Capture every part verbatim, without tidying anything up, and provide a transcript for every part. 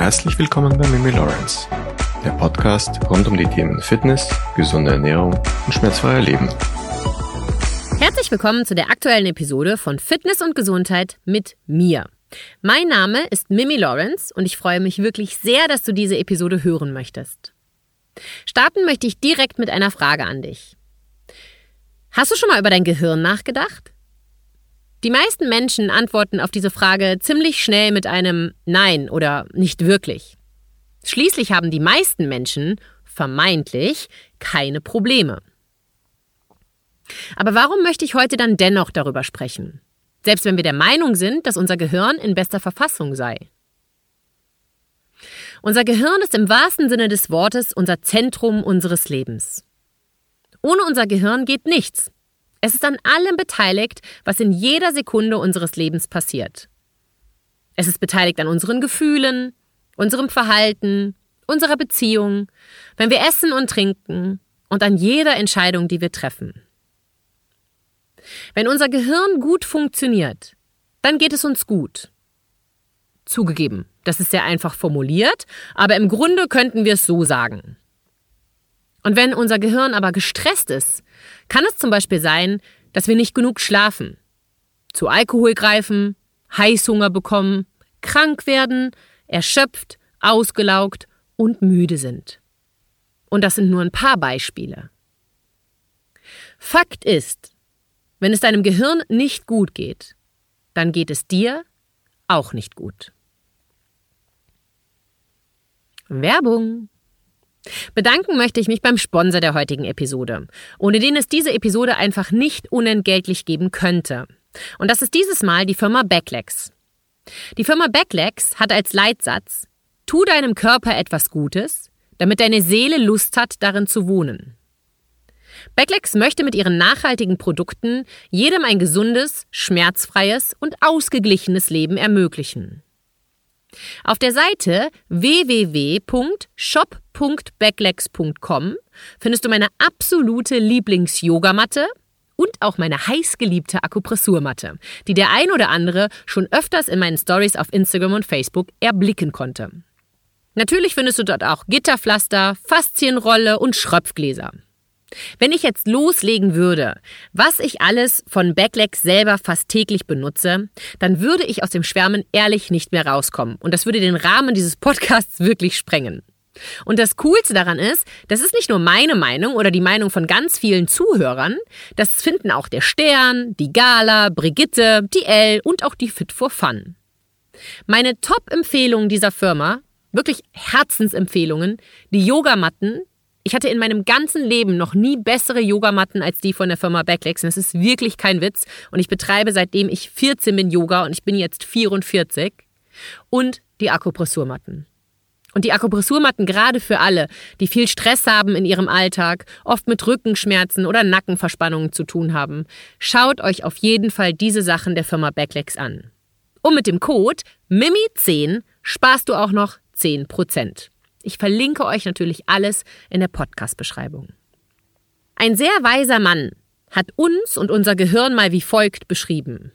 Herzlich willkommen bei Mimi Lawrence, der Podcast rund um die Themen Fitness, gesunde Ernährung und schmerzfreier Leben. Herzlich willkommen zu der aktuellen Episode von Fitness und Gesundheit mit mir. Mein Name ist Mimi Lawrence und ich freue mich wirklich sehr, dass du diese Episode hören möchtest. Starten möchte ich direkt mit einer Frage an dich. Hast du schon mal über dein Gehirn nachgedacht? Die meisten Menschen antworten auf diese Frage ziemlich schnell mit einem Nein oder nicht wirklich. Schließlich haben die meisten Menschen, vermeintlich, keine Probleme. Aber warum möchte ich heute dann dennoch darüber sprechen? Selbst wenn wir der Meinung sind, dass unser Gehirn in bester Verfassung sei. Unser Gehirn ist im wahrsten Sinne des Wortes unser Zentrum unseres Lebens. Ohne unser Gehirn geht nichts. Es ist an allem beteiligt, was in jeder Sekunde unseres Lebens passiert. Es ist beteiligt an unseren Gefühlen, unserem Verhalten, unserer Beziehung, wenn wir essen und trinken und an jeder Entscheidung, die wir treffen. Wenn unser Gehirn gut funktioniert, dann geht es uns gut. Zugegeben, das ist sehr einfach formuliert, aber im Grunde könnten wir es so sagen. Und wenn unser Gehirn aber gestresst ist, kann es zum Beispiel sein, dass wir nicht genug schlafen, zu Alkohol greifen, Heißhunger bekommen, krank werden, erschöpft, ausgelaugt und müde sind. Und das sind nur ein paar Beispiele. Fakt ist, wenn es deinem Gehirn nicht gut geht, dann geht es dir auch nicht gut. Werbung. Bedanken möchte ich mich beim Sponsor der heutigen Episode, ohne den es diese Episode einfach nicht unentgeltlich geben könnte. Und das ist dieses Mal die Firma Backlegs. Die Firma Backlegs hat als Leitsatz: Tu deinem Körper etwas Gutes, damit deine Seele Lust hat, darin zu wohnen. Backlegs möchte mit ihren nachhaltigen Produkten jedem ein gesundes, schmerzfreies und ausgeglichenes Leben ermöglichen. Auf der Seite w w w punkt shop punkt backlegs punkt com findest du meine absolute Lieblings-Yogamatte und auch meine heißgeliebte Akupressurmatte, die der ein oder andere schon öfters in meinen Stories auf Instagram und Facebook erblicken konnte. Natürlich findest du dort auch Gitterpflaster, Faszienrolle und Schröpfgläser. Wenn ich jetzt loslegen würde, was ich alles von Backlegs selber fast täglich benutze, dann würde ich aus dem Schwärmen ehrlich nicht mehr rauskommen. Und das würde den Rahmen dieses Podcasts wirklich sprengen. Und das Coolste daran ist, das ist nicht nur meine Meinung oder die Meinung von ganz vielen Zuhörern, das finden auch der Stern, die Gala, Brigitte, die Elle und auch die Fit for Fun. Meine Top-Empfehlungen dieser Firma, wirklich Herzensempfehlungen, die Yogamatten. Ich hatte in meinem ganzen Leben noch nie bessere Yogamatten als die von der Firma Backlegs. Das ist wirklich kein Witz. Und ich betreibe seitdem ich vierzehn bin Yoga und ich bin jetzt vierundvierzig. Und die Akupressurmatten. Und die Akupressurmatten gerade für alle, die viel Stress haben in ihrem Alltag, oft mit Rückenschmerzen oder Nackenverspannungen zu tun haben. Schaut euch auf jeden Fall diese Sachen der Firma Backlegs an. Und mit dem Code Mimi zehn sparst du auch noch zehn Prozent. Ich verlinke euch natürlich alles in der Podcast-Beschreibung. Ein sehr weiser Mann hat uns und unser Gehirn mal wie folgt beschrieben.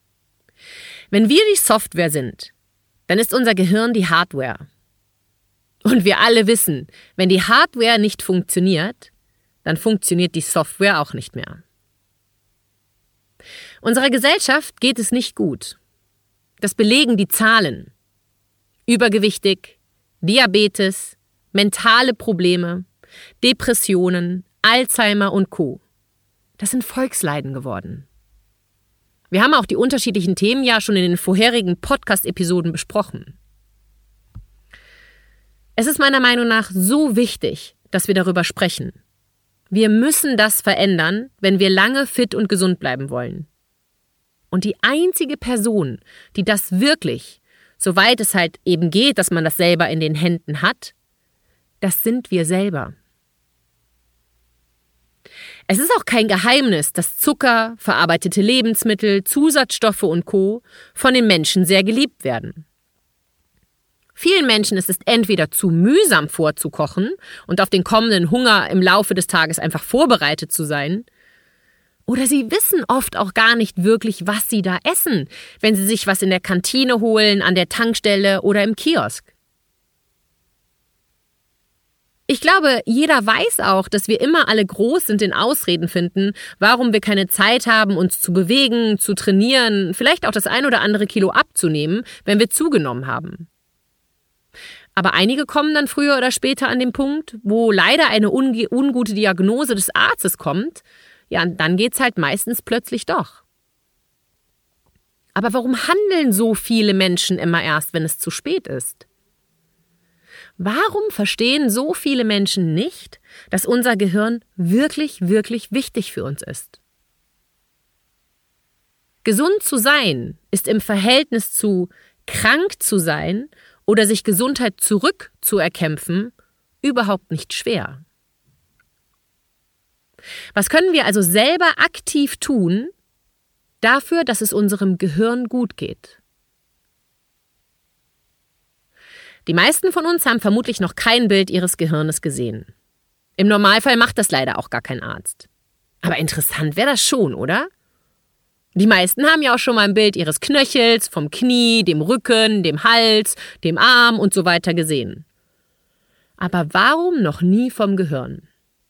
Wenn wir die Software sind, dann ist unser Gehirn die Hardware. Und wir alle wissen, wenn die Hardware nicht funktioniert, dann funktioniert die Software auch nicht mehr. Unserer Gesellschaft geht es nicht gut. Das belegen die Zahlen. Übergewichtig, Diabetes, mentale Probleme, Depressionen, Alzheimer und Co. Das sind Volksleiden geworden. Wir haben auch die unterschiedlichen Themen ja schon in den vorherigen Podcast-Episoden besprochen. Es ist meiner Meinung nach so wichtig, dass wir darüber sprechen. Wir müssen das verändern, wenn wir lange fit und gesund bleiben wollen. Und die einzige Person, die das wirklich, soweit es halt eben geht, dass man das selber in den Händen hat, das sind wir selber. Es ist auch kein Geheimnis, dass Zucker, verarbeitete Lebensmittel, Zusatzstoffe und Co. von den Menschen sehr geliebt werden. Vielen Menschen ist es entweder zu mühsam vorzukochen und auf den kommenden Hunger im Laufe des Tages einfach vorbereitet zu sein, oder sie wissen oft auch gar nicht wirklich, was sie da essen, wenn sie sich was in der Kantine holen, an der Tankstelle oder im Kiosk. Ich glaube, jeder weiß auch, dass wir immer alle groß sind in Ausreden finden, warum wir keine Zeit haben, uns zu bewegen, zu trainieren, vielleicht auch das ein oder andere Kilo abzunehmen, wenn wir zugenommen haben. Aber einige kommen dann früher oder später an den Punkt, wo leider eine unge- ungute Diagnose des Arztes kommt, ja, und dann geht's halt meistens plötzlich doch. Aber warum handeln so viele Menschen immer erst, wenn es zu spät ist? Warum verstehen so viele Menschen nicht, dass unser Gehirn wirklich, wirklich wichtig für uns ist? Gesund zu sein ist im Verhältnis zu krank zu sein oder sich Gesundheit zurückzuerkämpfen überhaupt nicht schwer. Was können wir also selber aktiv tun, dafür, dass es unserem Gehirn gut geht? Die meisten von uns haben vermutlich noch kein Bild ihres Gehirnes gesehen. Im Normalfall macht das leider auch gar kein Arzt. Aber interessant wäre das schon, oder? Die meisten haben ja auch schon mal ein Bild ihres Knöchels, vom Knie, dem Rücken, dem Hals, dem Arm und so weiter gesehen. Aber warum noch nie vom Gehirn?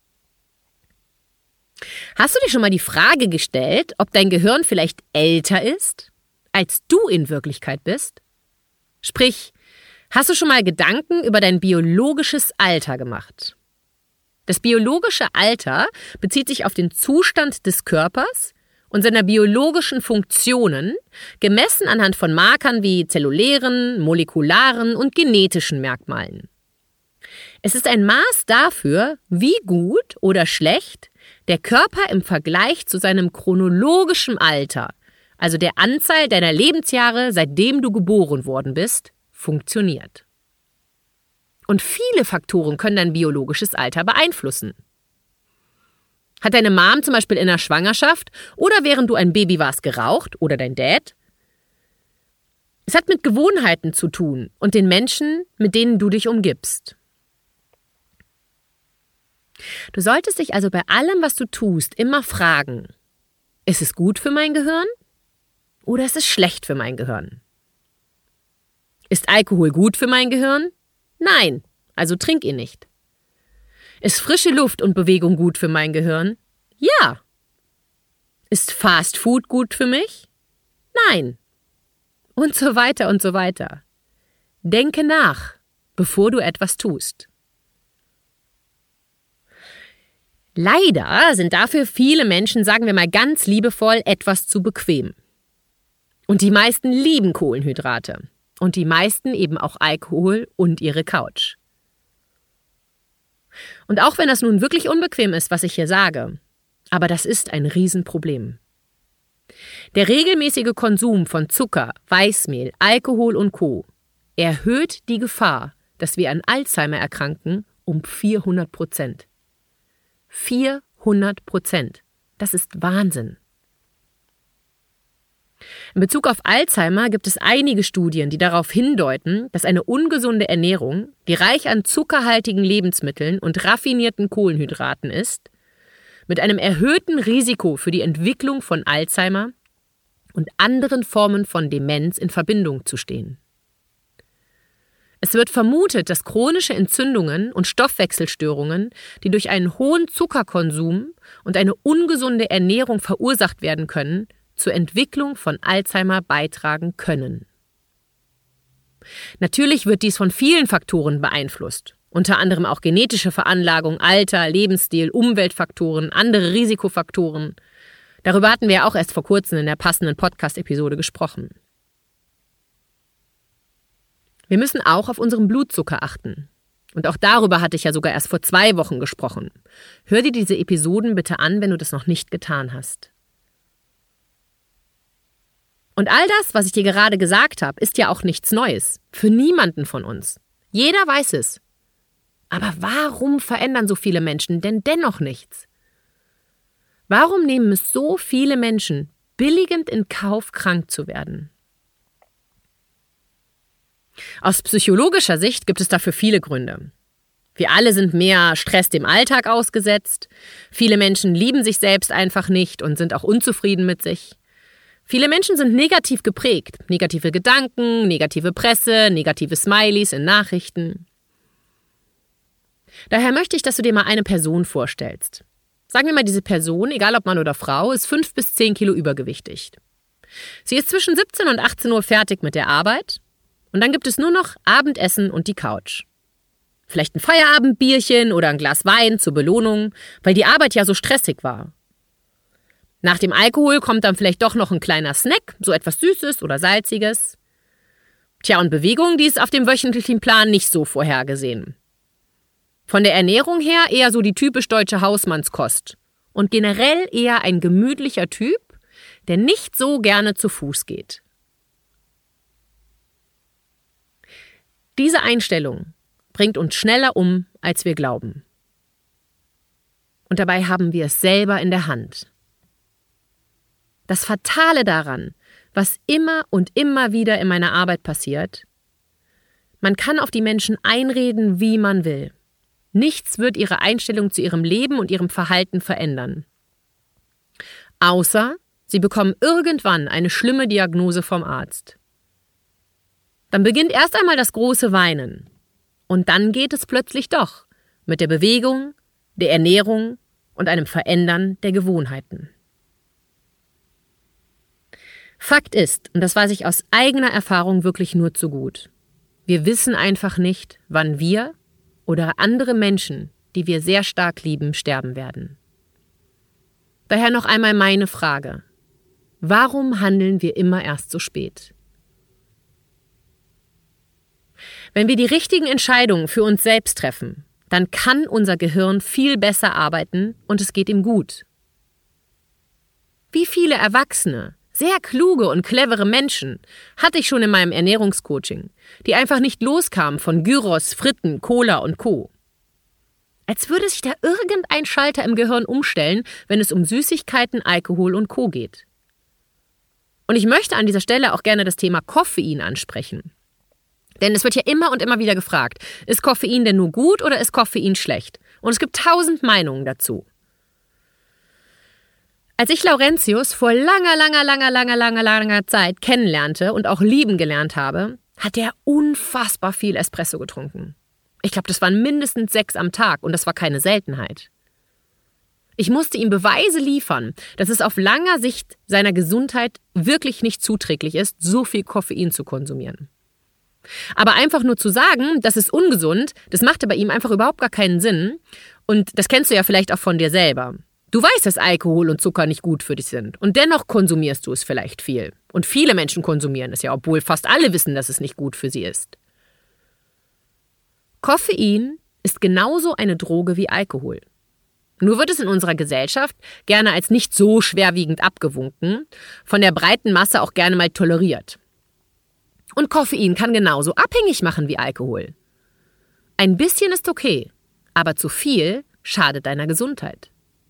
Hast du dir schon mal die Frage gestellt, ob dein Gehirn vielleicht älter ist, als du in Wirklichkeit bist? Sprich, hast du schon mal Gedanken über dein biologisches Alter gemacht? Das biologische Alter bezieht sich auf den Zustand des Körpers und seiner biologischen Funktionen, gemessen anhand von Markern wie zellulären, molekularen und genetischen Merkmalen. Es ist ein Maß dafür, wie gut oder schlecht der Körper im Vergleich zu seinem chronologischen Alter, also der Anzahl deiner Lebensjahre, seitdem du geboren worden bist, funktioniert. Und viele Faktoren können dein biologisches Alter beeinflussen. Hat deine Mom zum Beispiel in der Schwangerschaft oder während du ein Baby warst geraucht oder dein Dad? Es hat mit Gewohnheiten zu tun und den Menschen, mit denen du dich umgibst. Du solltest dich also bei allem, was du tust, immer fragen, ist es gut für mein Gehirn oder ist es schlecht für mein Gehirn? Ist Alkohol gut für mein Gehirn? Nein, also trink ihn nicht. Ist frische Luft und Bewegung gut für mein Gehirn? Ja. Ist Fast Food gut für mich? Nein. Und so weiter und so weiter. Denke nach, bevor du etwas tust. Leider sind dafür viele Menschen, sagen wir mal ganz liebevoll, etwas zu bequem. Und die meisten lieben Kohlenhydrate. Und die meisten eben auch Alkohol und ihre Couch. Und auch wenn das nun wirklich unbequem ist, was ich hier sage, aber das ist ein Riesenproblem. Der regelmäßige Konsum von Zucker, Weißmehl, Alkohol und Co. erhöht die Gefahr, dass wir an Alzheimer erkranken, um vierhundert Prozent. vierhundert Prozent. Das ist Wahnsinn. In Bezug auf Alzheimer gibt es einige Studien, die darauf hindeuten, dass eine ungesunde Ernährung, die reich an zuckerhaltigen Lebensmitteln und raffinierten Kohlenhydraten ist, mit einem erhöhten Risiko für die Entwicklung von Alzheimer und anderen Formen von Demenz in Verbindung zu stehen. Es wird vermutet, dass chronische Entzündungen und Stoffwechselstörungen, die durch einen hohen Zuckerkonsum und eine ungesunde Ernährung verursacht werden können, zur Entwicklung von Alzheimer beitragen können. Natürlich wird dies von vielen Faktoren beeinflusst, unter anderem auch genetische Veranlagung, Alter, Lebensstil, Umweltfaktoren, andere Risikofaktoren. Darüber hatten wir auch erst vor kurzem in der passenden Podcast-Episode gesprochen. Wir müssen auch auf unseren Blutzucker achten. Und auch darüber hatte ich ja sogar erst vor zwei Wochen gesprochen. Hör dir diese Episoden bitte an, wenn du das noch nicht getan hast. Und all das, was ich dir gerade gesagt habe, ist ja auch nichts Neues. Für niemanden von uns. Jeder weiß es. Aber warum verändern so viele Menschen denn dennoch nichts? Warum nehmen es so viele Menschen billigend in Kauf, krank zu werden? Aus psychologischer Sicht gibt es dafür viele Gründe. Wir alle sind mehr Stress dem Alltag ausgesetzt. Viele Menschen lieben sich selbst einfach nicht und sind auch unzufrieden mit sich. Viele Menschen sind negativ geprägt. Negative Gedanken, negative Presse, negative Smileys in Nachrichten. Daher möchte ich, dass du dir mal eine Person vorstellst. Sagen wir mal, diese Person, egal ob Mann oder Frau, ist fünf bis zehn Kilo übergewichtig. Sie ist zwischen siebzehn und achtzehn Uhr fertig mit der Arbeit und dann gibt es nur noch Abendessen und die Couch. Vielleicht ein Feierabendbierchen oder ein Glas Wein zur Belohnung, weil die Arbeit ja so stressig war. Nach dem Alkohol kommt dann vielleicht doch noch ein kleiner Snack, so etwas Süßes oder Salziges. Tja, und Bewegung, die ist auf dem wöchentlichen Plan nicht so vorhergesehen. Von der Ernährung her eher so die typisch deutsche Hausmannskost und generell eher ein gemütlicher Typ, der nicht so gerne zu Fuß geht. Diese Einstellung bringt uns schneller um, als wir glauben. Und dabei haben wir es selber in der Hand. Das Fatale daran, was immer und immer wieder in meiner Arbeit passiert, man kann auf die Menschen einreden, wie man will. Nichts wird ihre Einstellung zu ihrem Leben und ihrem Verhalten verändern. Außer sie bekommen irgendwann eine schlimme Diagnose vom Arzt. Dann beginnt erst einmal das große Weinen. Und dann geht es plötzlich doch mit der Bewegung, der Ernährung und einem Verändern der Gewohnheiten. Fakt ist, und das weiß ich aus eigener Erfahrung wirklich nur zu gut, wir wissen einfach nicht, wann wir oder andere Menschen, die wir sehr stark lieben, sterben werden. Daher noch einmal meine Frage. Warum handeln wir immer erst so spät? Wenn wir die richtigen Entscheidungen für uns selbst treffen, dann kann unser Gehirn viel besser arbeiten und es geht ihm gut. Wie viele Erwachsene, sehr kluge und clevere Menschen hatte ich schon in meinem Ernährungscoaching, die einfach nicht loskamen von Gyros, Fritten, Cola und Co. Als würde sich da irgendein Schalter im Gehirn umstellen, wenn es um Süßigkeiten, Alkohol und Co. geht. Und ich möchte an dieser Stelle auch gerne das Thema Koffein ansprechen. Denn es wird ja immer und immer wieder gefragt, ist Koffein denn nur gut oder ist Koffein schlecht? Und es gibt tausend Meinungen dazu. Als ich Laurentius vor langer, langer, langer, langer, langer, langer Zeit kennenlernte und auch lieben gelernt habe, hat er unfassbar viel Espresso getrunken. Ich glaube, das waren mindestens sechs am Tag und das war keine Seltenheit. Ich musste ihm Beweise liefern, dass es auf langer Sicht seiner Gesundheit wirklich nicht zuträglich ist, so viel Koffein zu konsumieren. Aber einfach nur zu sagen, das ist ungesund, das machte bei ihm einfach überhaupt gar keinen Sinn. Und das kennst du ja vielleicht auch von dir selber. Du weißt, dass Alkohol und Zucker nicht gut für dich sind. Und dennoch konsumierst du es vielleicht viel. Und viele Menschen konsumieren es ja, obwohl fast alle wissen, dass es nicht gut für sie ist. Koffein ist genauso eine Droge wie Alkohol. Nur wird es in unserer Gesellschaft gerne als nicht so schwerwiegend abgewunken, von der breiten Masse auch gerne mal toleriert. Und Koffein kann genauso abhängig machen wie Alkohol. Ein bisschen ist okay, aber zu viel schadet deiner Gesundheit.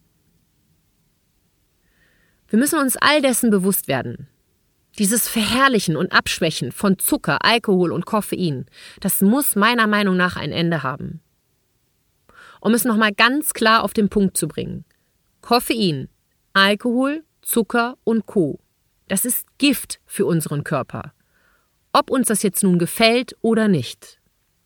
Wir müssen uns all dessen bewusst werden. Dieses Verherrlichen und Abschwächen von Zucker, Alkohol und Koffein, das muss meiner Meinung nach ein Ende haben. Um es nochmal ganz klar auf den Punkt zu bringen. Koffein, Alkohol, Zucker und Co. Das ist Gift für unseren Körper. Ob uns das jetzt nun gefällt oder nicht.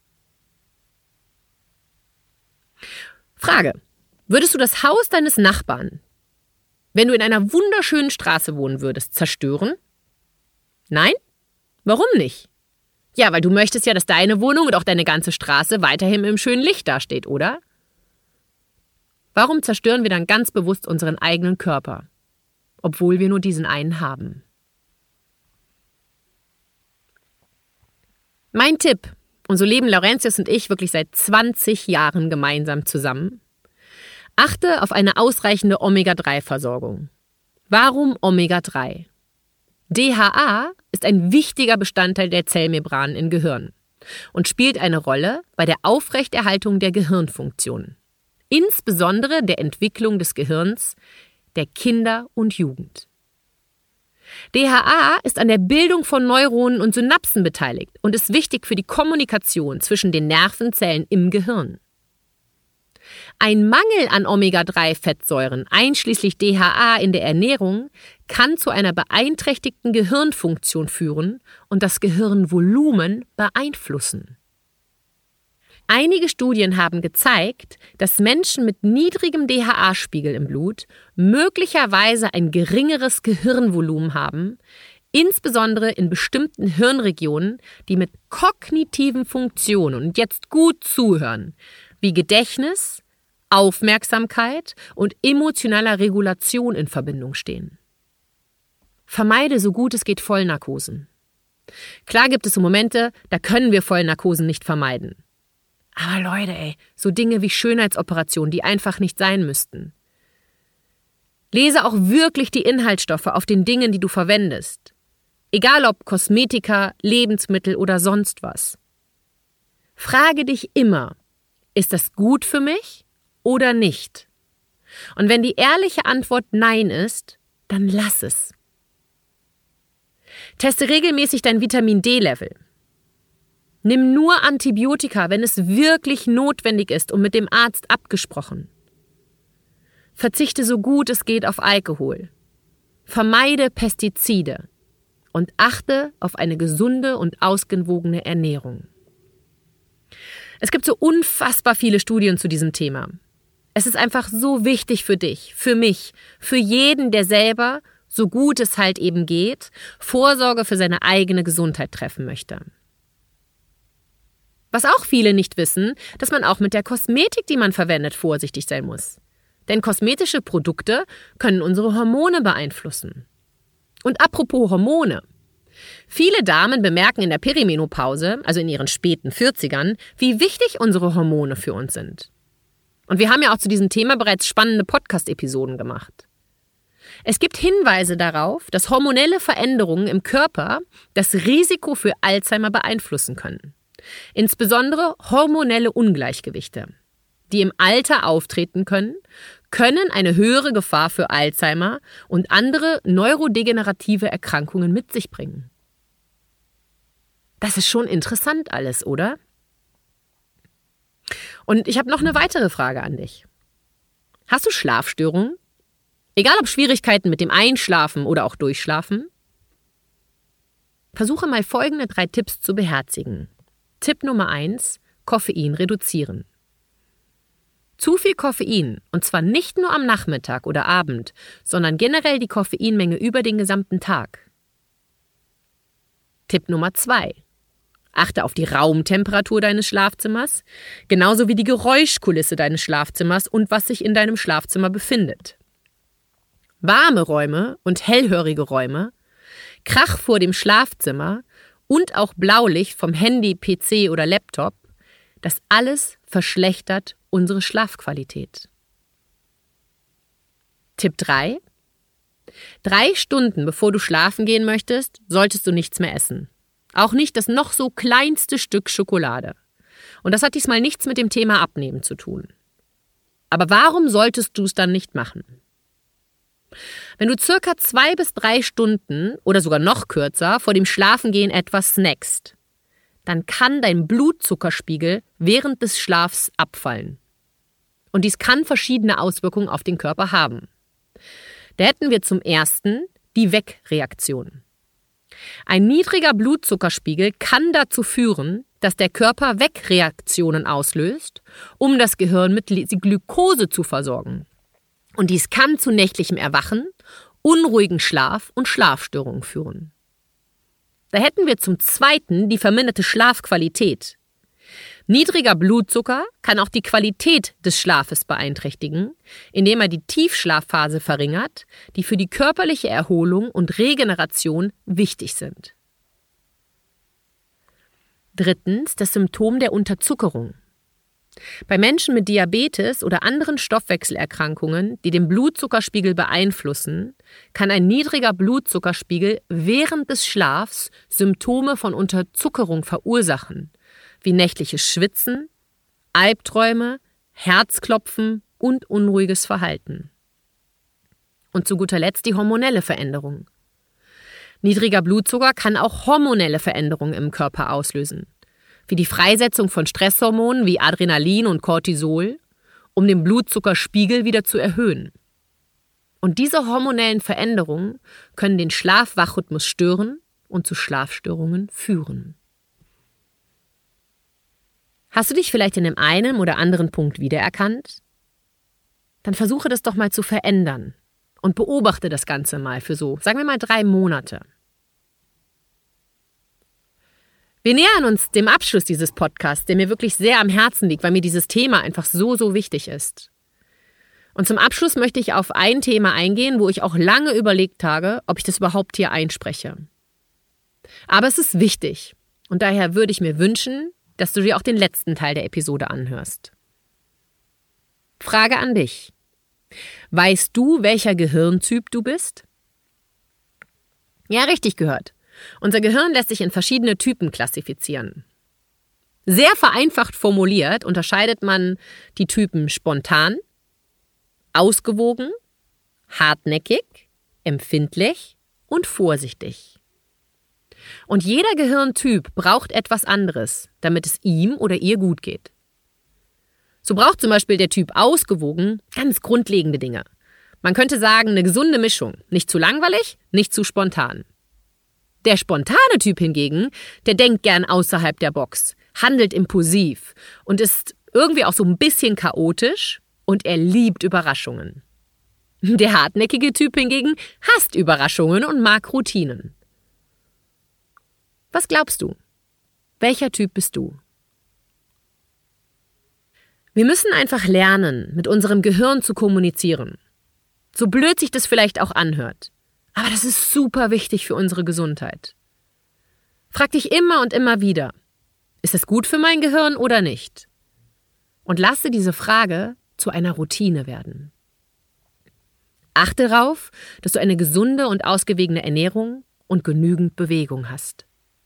Frage. Würdest du das Haus deines Nachbarn, wenn du in einer wunderschönen Straße wohnen würdest, zerstören? Nein? Warum nicht? Ja, weil du möchtest ja, dass deine Wohnung und auch deine ganze Straße weiterhin im schönen Licht dasteht, oder? Warum zerstören wir dann ganz bewusst unseren eigenen Körper, obwohl wir nur diesen einen haben? Mein Tipp, und so leben Laurentius und ich wirklich seit zwanzig Jahren gemeinsam zusammen: Achte auf eine ausreichende Omega drei Versorgung. Warum Omega drei? D H A ist ein wichtiger Bestandteil der Zellmembranen im Gehirn und spielt eine Rolle bei der Aufrechterhaltung der Gehirnfunktion, insbesondere der Entwicklung des Gehirns der Kinder und Jugend. D H A ist an der Bildung von Neuronen und Synapsen beteiligt und ist wichtig für die Kommunikation zwischen den Nervenzellen im Gehirn. Ein Mangel an Omega drei Fettsäuren, einschließlich D H A in der Ernährung, kann zu einer beeinträchtigten Gehirnfunktion führen und das Gehirnvolumen beeinflussen. Einige Studien haben gezeigt, dass Menschen mit niedrigem D H A-Spiegel im Blut möglicherweise ein geringeres Gehirnvolumen haben, insbesondere in bestimmten Hirnregionen, die mit kognitiven Funktionen, und jetzt gut zuhören, wie Gedächtnis, Aufmerksamkeit und emotionaler Regulation in Verbindung stehen. Vermeide so gut es geht Vollnarkosen. Klar gibt es so Momente, da können wir Vollnarkosen nicht vermeiden. Aber Leute, ey, so Dinge wie Schönheitsoperationen, die einfach nicht sein müssten. Lese auch wirklich die Inhaltsstoffe auf den Dingen, die du verwendest. Egal ob Kosmetika, Lebensmittel oder sonst was. Frage dich immer, ist das gut für mich oder nicht? Und wenn die ehrliche Antwort Nein ist, dann lass es. Teste regelmäßig dein Vitamin-D-Level. Nimm nur Antibiotika, wenn es wirklich notwendig ist und mit dem Arzt abgesprochen. Verzichte so gut es geht auf Alkohol. Vermeide Pestizide und achte auf eine gesunde und ausgewogene Ernährung. Es gibt so unfassbar viele Studien zu diesem Thema. Es ist einfach so wichtig für dich, für mich, für jeden, der selber, so gut es halt eben geht, Vorsorge für seine eigene Gesundheit treffen möchte. Was auch viele nicht wissen, dass man auch mit der Kosmetik, die man verwendet, vorsichtig sein muss. Denn kosmetische Produkte können unsere Hormone beeinflussen. Und apropos Hormone. Viele Damen bemerken in der Perimenopause, also in ihren späten vierzigern, wie wichtig unsere Hormone für uns sind. Und wir haben ja auch zu diesem Thema bereits spannende Podcast-Episoden gemacht. Es gibt Hinweise darauf, dass hormonelle Veränderungen im Körper das Risiko für Alzheimer beeinflussen können. Insbesondere hormonelle Ungleichgewichte, die im Alter auftreten können, können eine höhere Gefahr für Alzheimer und andere neurodegenerative Erkrankungen mit sich bringen. Das ist schon interessant alles, oder? Und ich habe noch eine weitere Frage an dich. Hast du Schlafstörungen? Egal ob Schwierigkeiten mit dem Einschlafen oder auch Durchschlafen? Versuche mal folgende drei Tipps zu beherzigen. Tipp Nummer eins: Koffein reduzieren. Zu viel Koffein, und zwar nicht nur am Nachmittag oder Abend, sondern generell die Koffeinmenge über den gesamten Tag. Tipp Nummer zwei: Achte auf die Raumtemperatur deines Schlafzimmers, genauso wie die Geräuschkulisse deines Schlafzimmers und was sich in deinem Schlafzimmer befindet. Warme Räume und hellhörige Räume, Krach vor dem Schlafzimmer und auch Blaulicht vom Handy, P C oder Laptop, das alles verschlechtert unsere Schlafqualität. Tipp drei: Drei Stunden bevor du schlafen gehen möchtest, solltest du nichts mehr essen. Auch nicht das noch so kleinste Stück Schokolade. Und das hat diesmal nichts mit dem Thema Abnehmen zu tun. Aber warum solltest du es dann nicht machen? Wenn du circa zwei bis drei Stunden oder sogar noch kürzer vor dem Schlafengehen etwas snackst, dann kann dein Blutzuckerspiegel während des Schlafs abfallen. Und dies kann verschiedene Auswirkungen auf den Körper haben. Da hätten wir zum ersten die Wegreaktion. Ein niedriger Blutzuckerspiegel kann dazu führen, dass der Körper Wegreaktionen auslöst, um das Gehirn mit Glucose zu versorgen. Und dies kann zu nächtlichem Erwachen, unruhigen Schlaf und Schlafstörungen führen. Da hätten wir zum Zweiten die verminderte Schlafqualität. Niedriger Blutzucker kann auch die Qualität des Schlafes beeinträchtigen, indem er die Tiefschlafphase verringert, die für die körperliche Erholung und Regeneration wichtig sind. Drittens, das Symptom der Unterzuckerung. Bei Menschen mit Diabetes oder anderen Stoffwechselerkrankungen, die den Blutzuckerspiegel beeinflussen, kann ein niedriger Blutzuckerspiegel während des Schlafs Symptome von Unterzuckerung verursachen, wie nächtliches Schwitzen, Albträume, Herzklopfen und unruhiges Verhalten. Und zu guter Letzt die hormonelle Veränderung. Niedriger Blutzucker kann auch hormonelle Veränderungen im Körper auslösen, wie die Freisetzung von Stresshormonen wie Adrenalin und Cortisol, um den Blutzuckerspiegel wieder zu erhöhen. Und diese hormonellen Veränderungen können den Schlaf-Wach-Rhythmus stören und zu Schlafstörungen führen. Hast du dich vielleicht in dem einen oder anderen Punkt wiedererkannt? Dann versuche das doch mal zu verändern und beobachte das Ganze mal für so, sagen wir mal, drei Monate. Wir nähern uns dem Abschluss dieses Podcasts, der mir wirklich sehr am Herzen liegt, weil mir dieses Thema einfach so, so wichtig ist. Und zum Abschluss möchte ich auf ein Thema eingehen, wo ich auch lange überlegt habe, ob ich das überhaupt hier einspreche. Aber es ist wichtig und daher würde ich mir wünschen, dass du dir auch den letzten Teil der Episode anhörst. Frage an dich. Weißt du, welcher Gehirntyp du bist? Ja, richtig gehört. Unser Gehirn lässt sich in verschiedene Typen klassifizieren. Sehr vereinfacht formuliert unterscheidet man die Typen spontan, ausgewogen, hartnäckig, empfindlich und vorsichtig. Und jeder Gehirntyp braucht etwas anderes, damit es ihm oder ihr gut geht. So braucht zum Beispiel der Typ ausgewogen ganz grundlegende Dinge. Man könnte sagen, eine gesunde Mischung. Nicht zu langweilig, nicht zu spontan. Der spontane Typ hingegen, der denkt gern außerhalb der Box, handelt impulsiv und ist irgendwie auch so ein bisschen chaotisch und er liebt Überraschungen. Der hartnäckige Typ hingegen hasst Überraschungen und mag Routinen. Was glaubst du? Welcher Typ bist du? Wir müssen einfach lernen, mit unserem Gehirn zu kommunizieren. So blöd sich das vielleicht auch anhört. Aber das ist super wichtig für unsere Gesundheit. Frag dich immer und immer wieder, ist es gut für mein Gehirn oder nicht? Und lasse diese Frage zu einer Routine werden. Achte darauf, dass du eine gesunde und ausgewogene Ernährung und genügend Bewegung hast.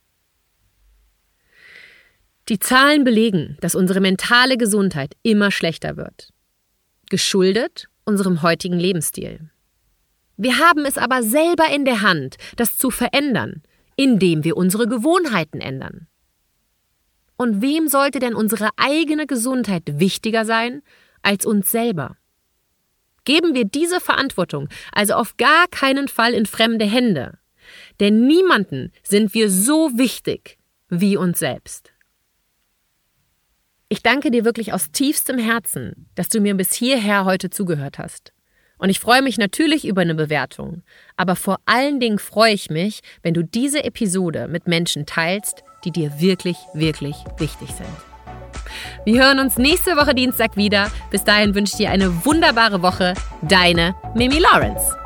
Die Zahlen belegen, dass unsere mentale Gesundheit immer schlechter wird. Geschuldet unserem heutigen Lebensstil. Wir haben es aber selber in der Hand, das zu verändern, indem wir unsere Gewohnheiten ändern. Und wem sollte denn unsere eigene Gesundheit wichtiger sein als uns selber? Geben wir diese Verantwortung also auf gar keinen Fall in fremde Hände. Denn niemanden sind wir so wichtig wie uns selbst. Ich danke dir wirklich aus tiefstem Herzen, dass du mir bis hierher heute zugehört hast. Und ich freue mich natürlich über eine Bewertung. Aber vor allen Dingen freue ich mich, wenn du diese Episode mit Menschen teilst, die dir wirklich, wirklich wichtig sind. Wir hören uns nächste Woche Dienstag wieder. Bis dahin wünsche ich dir eine wunderbare Woche. Deine Mimi Lawrence.